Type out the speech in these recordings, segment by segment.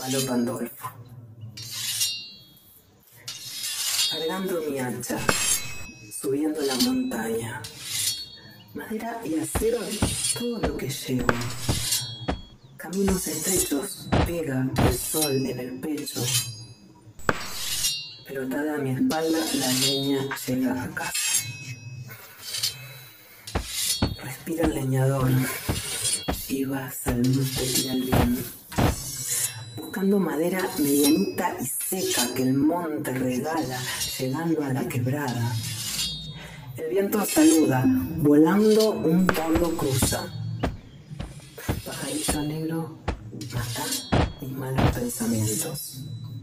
Palo Pandolfo. Cargando mi hacha, subiendo la montaña. Madera y acero es todo lo que llevo. Caminos estrechos, pega el sol en el pecho. Pelotada a mi espalda, la leña llega a casa. Respira el leñador. Iba, salud, te tira el bien. Buscando madera medianita y seca que el monte regala, llegando a la quebrada. El viento saluda, volando un tordo cruza. Pajarillo negro, mata mis malos pensamientos.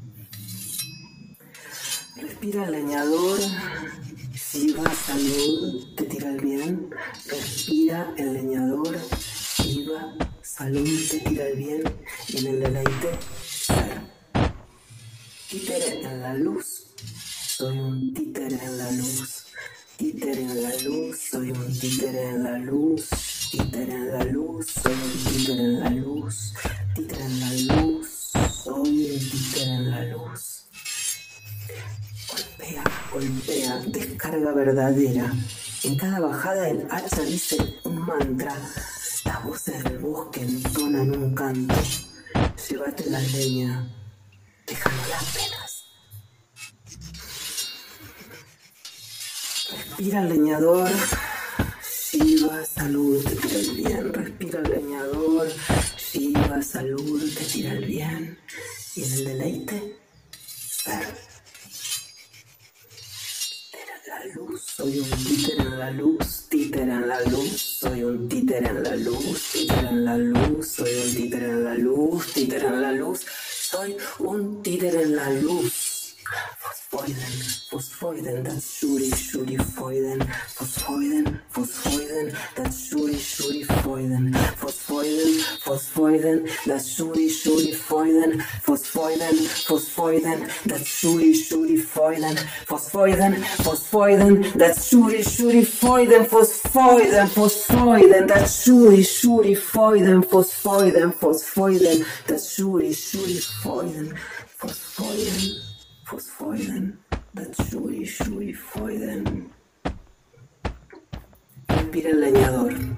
Respira el leñador, Shiva, salud, te tira el bien. Respira el leñador, Shiva, salud, te tira el bien. Y en el deleite, ser. Títere en la luz, soy un títere en la luz. Títere en la luz, soy un títere en la luz. Títere en la luz, soy un títere en la luz. Títere en la luz, soy un títere en la luz. Golpea, golpea, descarga verdadera. En cada bajada el hacha dice un mantra. Las voces del bosque entonan un canto. Llévate la leña, déjanos las penas. Respira el leñador, Shiva, salud, te tira el bien. Respira el leñador, Shiva, salud, te tira el bien. Y en el deleite, ser. Soy un títere en la luz, títere en la luz, soy un títere en la luz, títere en la luz, soy un títere en la luz, títere en la luz, soy un títere en la luz. Fosfoiden, fosfoiden, that's shuri, shuri, foiden, fosfoiden, fosfoiden, that's shuri, shuri, foiden, fosfoiden, fosfoiden, that's shuri, shuri, foiden, fosfoiden, fosfoiden, that's shuri, shuri, foiden, fosfoiden, fosfoiden, that's shuri, shuri, foiden, fosfoiden, fosfoiden, that's shuri, shuri, foiden, fosfoiden, fosfoiden, that's shuri, shuri, foiden, fosfoiden. Fosfoiden, that's shuri, shuri, foiden. Respira el leñador.